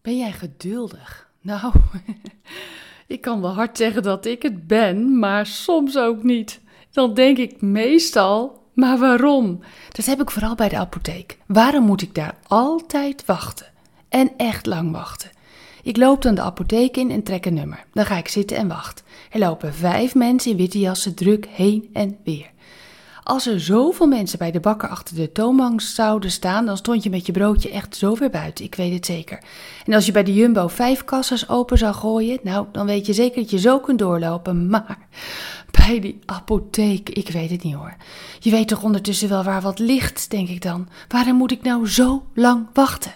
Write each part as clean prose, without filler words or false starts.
Ben jij geduldig? Nou, ik kan wel hard zeggen dat ik het ben, maar soms ook niet. Dan denk ik meestal, maar waarom? Dat heb ik vooral bij de apotheek. Waarom moet ik daar altijd wachten? En echt lang wachten. Ik loop dan de apotheek in en trek een nummer. Dan ga ik zitten en wacht. Er lopen 5 mensen in witte jassen druk heen en weer. Als er zoveel mensen bij de bakker achter de toonbank zouden staan, dan stond je met je broodje echt zo weer buiten, ik weet het zeker. En als je bij de Jumbo 5 kassas open zou gooien, nou, dan weet je zeker dat je zo kunt doorlopen. Maar bij die apotheek, ik weet het niet hoor. Je weet toch ondertussen wel waar wat ligt, denk ik dan. Waarom moet ik nou zo lang wachten?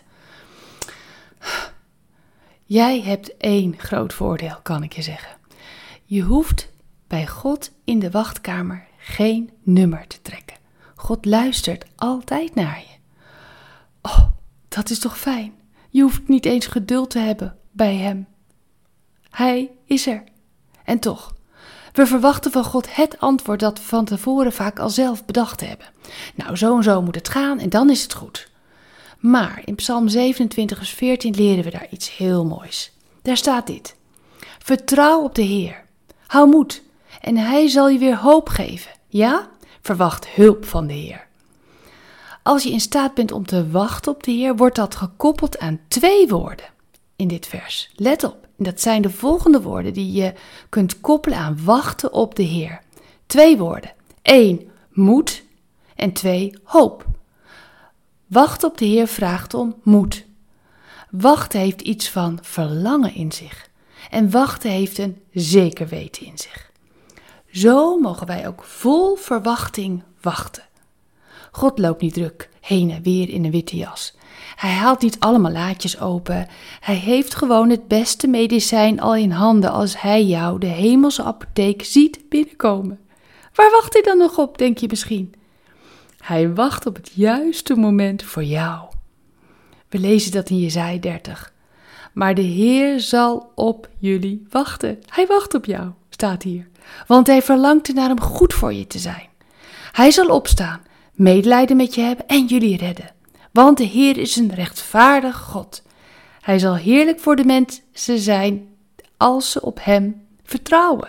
Jij hebt 1 groot voordeel, kan ik je zeggen. Je hoeft bij God in de wachtkamer geen nummer te trekken. God luistert altijd naar je. Oh, dat is toch fijn. Je hoeft niet eens geduld te hebben bij hem. Hij is er. En toch, we verwachten van God het antwoord dat we van tevoren vaak al zelf bedacht hebben. Nou, zo en zo moet het gaan en dan is het goed. Maar in Psalm 27 vers 14 leren we daar iets heel moois. Daar staat dit. Vertrouw op de Heer. Hou moed en hij zal je weer hoop geven. Ja, verwacht hulp van de Heer. Als je in staat bent om te wachten op de Heer, wordt dat gekoppeld aan 2 woorden in dit vers. Let op, dat zijn de volgende woorden die je kunt koppelen aan wachten op de Heer. 2 woorden. 1, moed en 2, hoop. Wachten op de Heer vraagt om moed. Wachten heeft iets van verlangen in zich. En wachten heeft een zeker weten in zich. Zo mogen wij ook vol verwachting wachten. God loopt niet druk heen en weer in een witte jas. Hij haalt niet allemaal laadjes open. Hij heeft gewoon het beste medicijn al in handen als hij jou de hemelse apotheek ziet binnenkomen. Waar wacht hij dan nog op, denk je misschien? Hij wacht op het juiste moment voor jou. We lezen dat in Jesaja 30. Maar de Heer zal op jullie wachten. Hij wacht op jou, staat hier. Want hij verlangt ernaar om goed voor je te zijn. Hij zal opstaan, medelijden met je hebben en jullie redden. Want de Heer is een rechtvaardig God. Hij zal heerlijk voor de mensen zijn als ze op hem vertrouwen.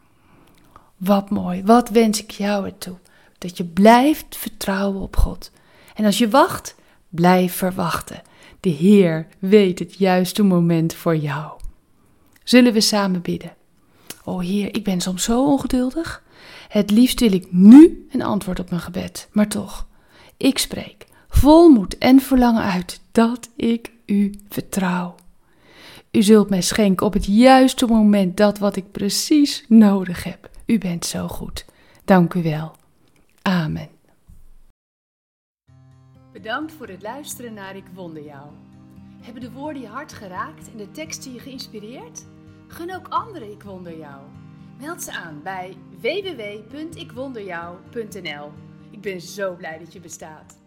Wat mooi, wat wens ik jou ertoe. Dat je blijft vertrouwen op God. En als je wacht, blijf verwachten. De Heer weet het juiste moment voor jou. Zullen we samen bidden? O Heer, ik ben soms zo ongeduldig. Het liefst wil ik nu een antwoord op mijn gebed. Maar toch, ik spreek vol moed en verlangen uit dat ik u vertrouw. U zult mij schenken op het juiste moment dat wat ik precies nodig heb. U bent zo goed. Dank u wel. Amen. Bedankt voor het luisteren naar Ik Wonder Jou. Hebben de woorden je hart geraakt en de teksten je geïnspireerd? Gun ook anderen Ik Wonder Jou. Meld ze aan bij www.ikwonderjou.nl. Ik ben zo blij dat je bestaat.